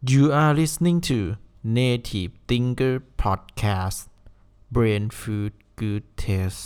You are listening to Native Thinker Podcast Brain Food Good Taste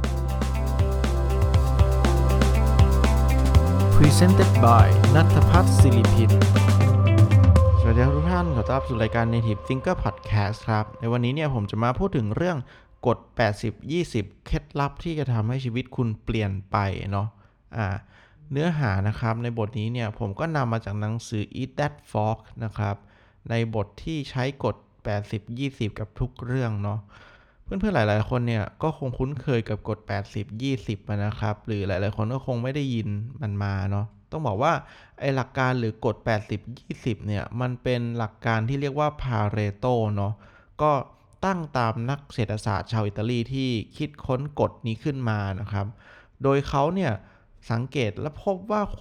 Presented by ณัฐพัฒน์ศิริพินสวัสดีทุกท่านขอต้อนรับสู่รายการ Native Thinker Podcast ครับในวันนี้เนี่ยผมจะมาพูดถึงเรื่องกฎ 80-20 เคล็ดลับที่จะทำให้ชีวิตคุณเปลี่ยนไปเนาะเนื้อหานะครับในบทนี้เนี่ยผมก็นำมาจากหนังสือ Eat That Frog นะครับในบทที่ใช้กฎ 80-20 กับทุกเรื่องเนาะเพื่อนๆหลายๆคนเนี่ยก็คงคุ้นเคยกับกฎ 80-20 นะครับหรือหลายๆคนก็คงไม่ได้ยินมันมาเนาะต้องบอกว่าไอ้หลักการหรือกฎ 80-20 เนี่ยมันเป็นหลักการที่เรียกว่า Pareto เนาะก็ตั้งตามนักเศรษฐศาสตร์ชาวอิตาลีที่คิดค้นกฎนี้ขึ้นมานะครับโดยเขาเนี่ยสังเกตและพบว่าคน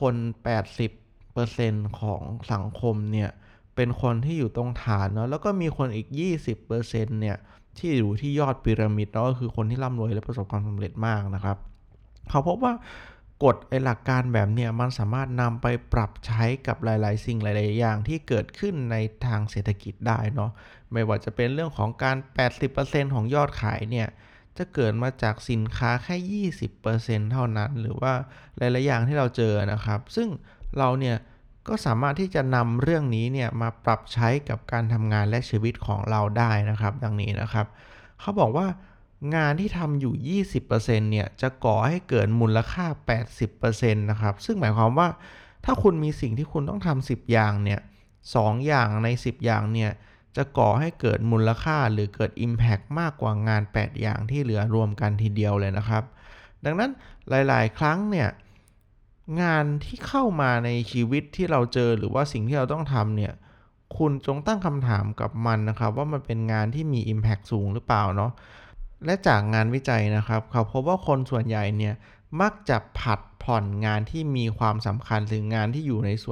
80% ของสังคมเนี่ยเป็นคนที่อยู่ตรงฐานเนาะแล้วก็มีคนอีก 20% เนี่ยที่อยู่ที่ยอดพีระมิดเนาะก็คือคนที่ร่ำรวยและประสบความสำเร็จมากนะครับเขาพบว่ากฎหลักการแบบเนี่ยมันสามารถนำไปปรับใช้กับหลายๆสิ่งหลายๆอย่างที่เกิดขึ้นในทางเศรษฐกิจได้เนาะไม่ว่าจะเป็นเรื่องของการ 80% ของยอดขายเนี่ยจะเกิดมาจากสินค้าแค่ 20% เท่านั้นหรือว่าหลายๆอย่างที่เราเจอนะครับซึ่งเราเนี่ยก็สามารถที่จะนำเรื่องนี้เนี่ยมาปรับใช้กับการทำงานและชีวิตของเราได้นะครับดังนี้นะครับเขาบอกว่างานที่ทำอยู่ 20% เนี่ยจะก่อให้เกิดมูลค่า 80% นะครับซึ่งหมายความว่าถ้าคุณมีสิ่งที่คุณต้องทำ10อย่างเนี่ย2อย่างใน10อย่างเนี่ยจะก่อให้เกิดมูลค่าหรือเกิด impact มากกว่างาน8อย่างที่เหลือรวมกันทีเดียวเลยนะครับดังนั้นหลายๆครั้งเนี่ยงานที่เข้ามาในชีวิตที่เราเจอหรือว่าสิ่งที่เราต้องทำเนี่ยคุณจงตั้งคำถามกับมันนะครับว่ามันเป็นงานที่มี impact สูงหรือเปล่าเนาะและจากงานวิจัยนะครับเขาพบว่าคนส่วนใหญ่เนี่ยมักจะผัดผ่อนงานที่มีความสำคัญถึงงานที่อยู่ในส่วน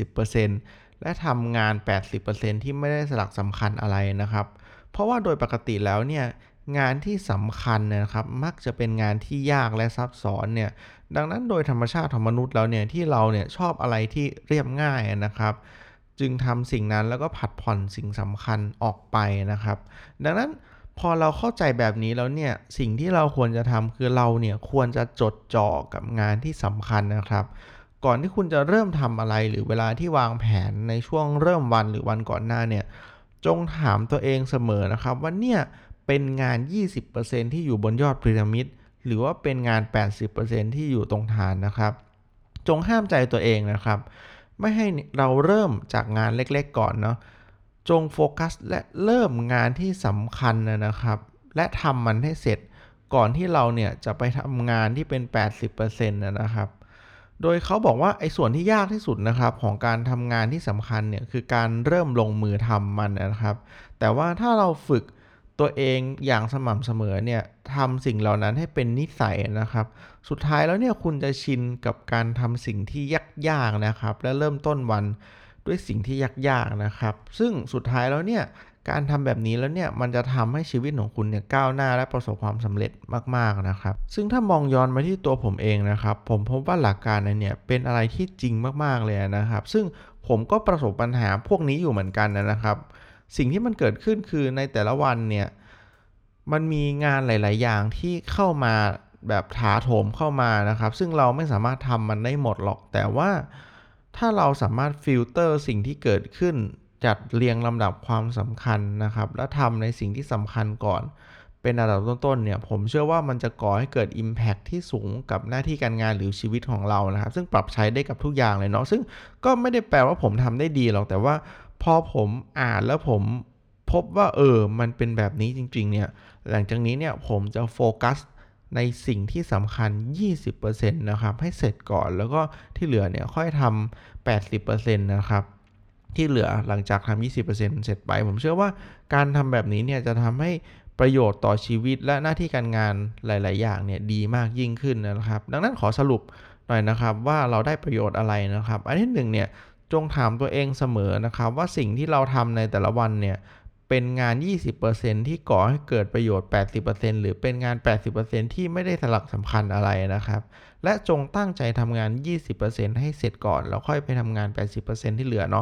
20% และทำงาน 80% ที่ไม่ได้สลักสำคัญอะไรนะครับเพราะว่าโดยปกติแล้วเนี่ยงานที่สำคัญนะครับมักจะเป็นงานที่ยากและซับซ้อนเนี่ยดังนั้นโดยธรรมชาติของมนุษย์แล้วเนี่ยที่เราเนี่ยชอบอะไรที่เรียบง่ายนะครับจึงทำสิ่งนั้นแล้วก็ผัดผ่อนสิ่งสำคัญออกไปนะครับดังนั้นพอเราเข้าใจแบบนี้แล้วเนี่ยสิ่งที่เราควรจะทำคือเราเนี่ยควรจะจดจ่อกับงานที่สำคัญนะครับก่อนที่คุณจะเริ่มทำอะไรหรือเวลาที่วางแผนในช่วงเริ่มวันหรือวันก่อนหน้าเนี่ยจงถามตัวเองเสมอนะครับว่าเนี่ยเป็นงาน 20% ที่อยู่บนยอดพีระมิดหรือว่าเป็นงาน 80% ที่อยู่ตรงฐานนะครับจงห้ามใจตัวเองนะครับไม่ให้เราเริ่มจากงานเล็กๆก่อนเนาะจงโฟกัสและเริ่มงานที่สำคัญนะครับและทำมันให้เสร็จก่อนที่เราเนี่ยจะไปทำงานที่เป็น 80% นะครับโดยเขาบอกว่าไอ้ส่วนที่ยากที่สุดนะครับของการทำงานที่สำคัญเนี่ยคือการเริ่มลงมือทำมันนะครับแต่ว่าถ้าเราฝึกตัวเองอย่างสม่ำเสมอเนี่ยทำสิ่งเหล่านั้นให้เป็นนิสัยนะครับสุดท้ายแล้วเนี่ยคุณจะชินกับการทำสิ่งที่ยากๆนะครับและเริ่มต้นวันด้วยสิ่งที่ยากๆนะครับซึ่งสุดท้ายแล้วเนี่ยการทำแบบนี้แล้วเนี่ยมันจะทำให้ชีวิตของคุณเนี่ยก้าวหน้าและประสบความสำเร็จมากๆนะครับซึ่งถ้ามองย้อนมาที่ตัวผมเองนะครับผมพบว่าหลักการนั้นเนี่ยเป็นอะไรที่จริงมากๆเลยนะครับซึ่งผมก็ประสบปัญหาพวกนี้อยู่เหมือนกันนะครับสิ่งที่มันเกิดขึ้นคือในแต่ละวันเนี่ยมันมีงานหลายๆอย่างที่เข้ามาแบบถาโถมเข้ามานะครับซึ่งเราไม่สามารถทำมันได้หมดหรอกแต่ว่าถ้าเราสามารถฟิลเตอร์สิ่งที่เกิดขึ้นจัดเรียงลำดับความสำคัญนะครับและทำในสิ่งที่สำคัญก่อนเป็นอันดับต้นๆเนี่ยผมเชื่อว่ามันจะก่อให้เกิด impact ที่สูงกับหน้าที่การงานหรือชีวิตของเรานะครับซึ่งปรับใช้ได้กับทุกอย่างเลยเนาะซึ่งก็ไม่ได้แปลว่าผมทำได้ดีหรอกแต่ว่าพอผมอ่านแล้วผมพบว่ามันเป็นแบบนี้จริงๆเนี่ยหลังจากนี้เนี่ยผมจะโฟกัสในสิ่งที่สำคัญ 20% นะครับให้เสร็จก่อนแล้วก็ที่เหลือเนี่ยค่อยทำ 80% นะครับที่เหลือหลังจากทำ 20% เสร็จไปผมเชื่อว่าการทำแบบนี้เนี่ยจะทำให้ประโยชน์ต่อชีวิตและหน้าที่การงานหลายๆอย่างเนี่ยดีมากยิ่งขึ้นนะครับดังนั้นขอสรุปหน่อยนะครับว่าเราได้ประโยชน์อะไรนะครับอันที่1เนี่ยจงถามตัวเองเสมอนะครับว่าสิ่งที่เราทำในแต่ละวันเนี่ยเป็นงาน 20% ที่ก่อให้เกิดประโยชน์ 80% หรือเป็นงาน 80% ที่ไม่ได้สลักสำคัญอะไรนะครับและจงตั้งใจทำงาน 20% ให้เสร็จก่อนแล้วค่อยไปทำงาน 80% ที่เหลือเนาะ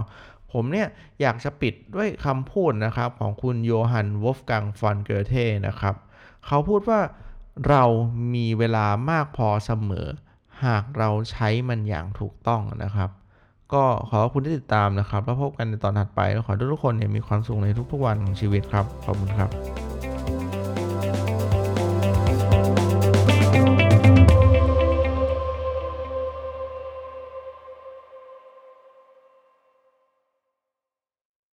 ผมเนี่ยอยากจะปิดด้วยคำพูดนะครับของคุณโยฮันวอล์ฟกังฟอนเกอเทนะครับเขาพูดว่าเรามีเวลามากพอเสมอหากเราใช้มันอย่างถูกต้องนะครับก็ขอบคุณที่ติดตามนะครับแล้วพบกันในตอนถัดไปแล้วขอให้ทุกคนเนี่ยมีความสุขในทุกๆวันของชีวิตครับขอบคุณครับ